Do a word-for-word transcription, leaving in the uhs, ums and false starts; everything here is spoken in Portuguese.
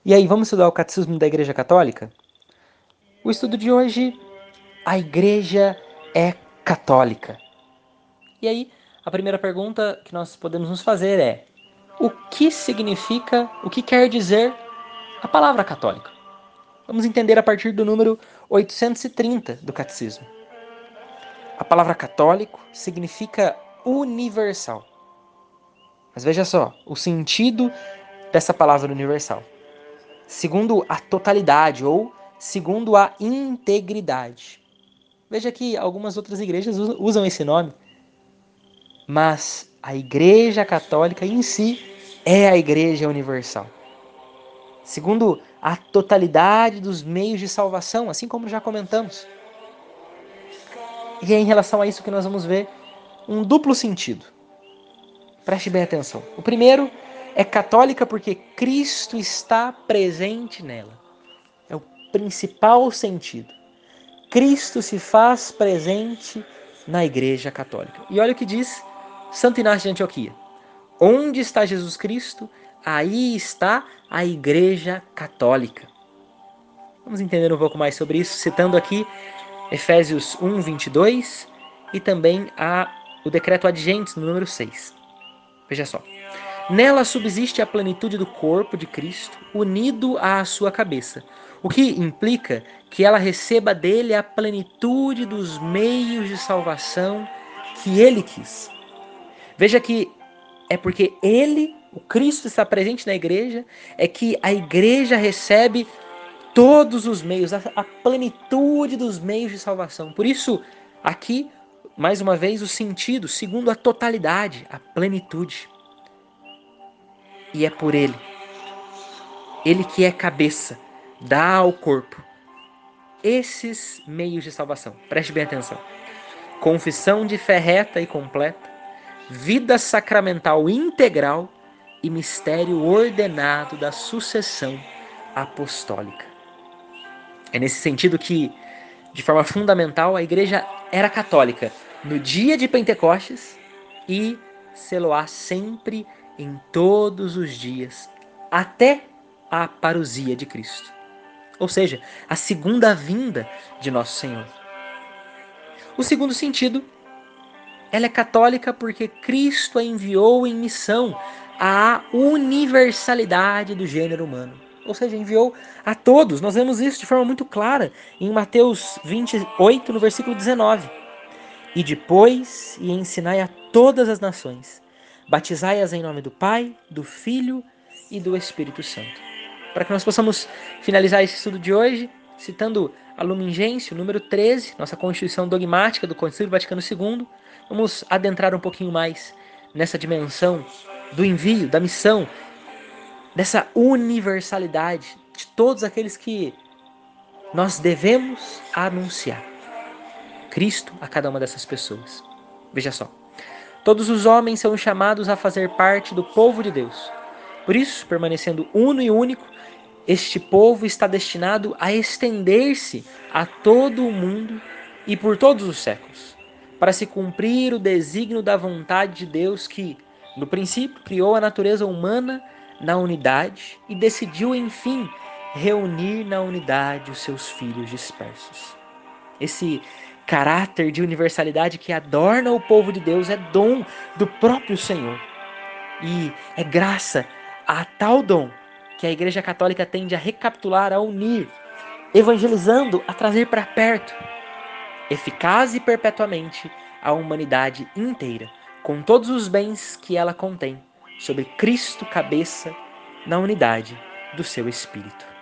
E aí, vamos estudar o Catecismo da Igreja Católica? O estudo de hoje, a Igreja é católica. E aí, a primeira pergunta que nós podemos nos fazer é: o que significa, o que quer dizer a palavra católica? Vamos entender a partir do número oitocentos e trinta do Catecismo. A palavra católico significa universal. Mas veja só, o sentido dessa palavra universal. Segundo a totalidade ou segundo a integridade. Veja que algumas outras igrejas usam esse nome, mas a Igreja Católica em si é a Igreja Universal. Segundo a totalidade dos meios de salvação, assim como já comentamos. E é em relação a isso que nós vamos ver um duplo sentido. Preste bem atenção. O primeiro é católica porque Cristo está presente nela. É o principal sentido. Cristo se faz presente na Igreja Católica. E olha o que diz Santo Inácio de Antioquia. Onde está Jesus Cristo, aí está a Igreja Católica. Vamos entender um pouco mais sobre isso, citando aqui Efésios um, vinte e dois e também a, o decreto ad gentes, no número seis. Veja só. Nela subsiste a plenitude do corpo de Cristo, unido à sua cabeça, o que implica que ela receba dele a plenitude dos meios de salvação que ele quis. Veja que é porque ele, o Cristo, está presente na igreja, é que a igreja recebe todos os meios, a plenitude dos meios de salvação. Por isso, aqui, mais uma vez, o sentido, segundo a totalidade, a plenitude. E é por ele, ele que é cabeça, dá ao corpo esses meios de salvação. Preste bem atenção. Confissão de fé reta e completa, vida sacramental integral e mistério ordenado da sucessão apostólica. É nesse sentido que, de forma fundamental, a igreja era católica no dia de Pentecostes e sê-lo-á sempre em todos os dias, até a parousia de Cristo. Ou seja, a segunda vinda de Nosso Senhor. O segundo sentido, ela é católica porque Cristo a enviou em missão à universalidade do gênero humano. Ou seja, enviou a todos. Nós vemos isso de forma muito clara em Mateus vinte e oito, no versículo dezenove. E depois, e ensinai a todas as nações, batizai-as em nome do Pai, do Filho e do Espírito Santo. Para que nós possamos finalizar esse estudo de hoje, citando a Lumen Gentium, número treze, nossa Constituição Dogmática do Concílio Vaticano segundo, vamos adentrar um pouquinho mais nessa dimensão do envio, da missão, dessa universalidade de todos aqueles que nós devemos anunciar. Cristo a cada uma dessas pessoas. Veja só. Todos os homens são chamados a fazer parte do povo de Deus. Por isso, permanecendo uno e único, este povo está destinado a estender-se a todo o mundo e por todos os séculos, para se cumprir o desígnio da vontade de Deus que, no princípio, criou a natureza humana na unidade e decidiu, enfim, reunir na unidade os seus filhos dispersos. Esse caráter de universalidade que adorna o povo de Deus é dom do próprio Senhor. E é graça a tal dom que a Igreja Católica tende a recapitular, a unir, evangelizando, a trazer para perto, eficaz e perpetuamente, a humanidade inteira, com todos os bens que ela contém, sobre Cristo cabeça, na unidade do seu Espírito.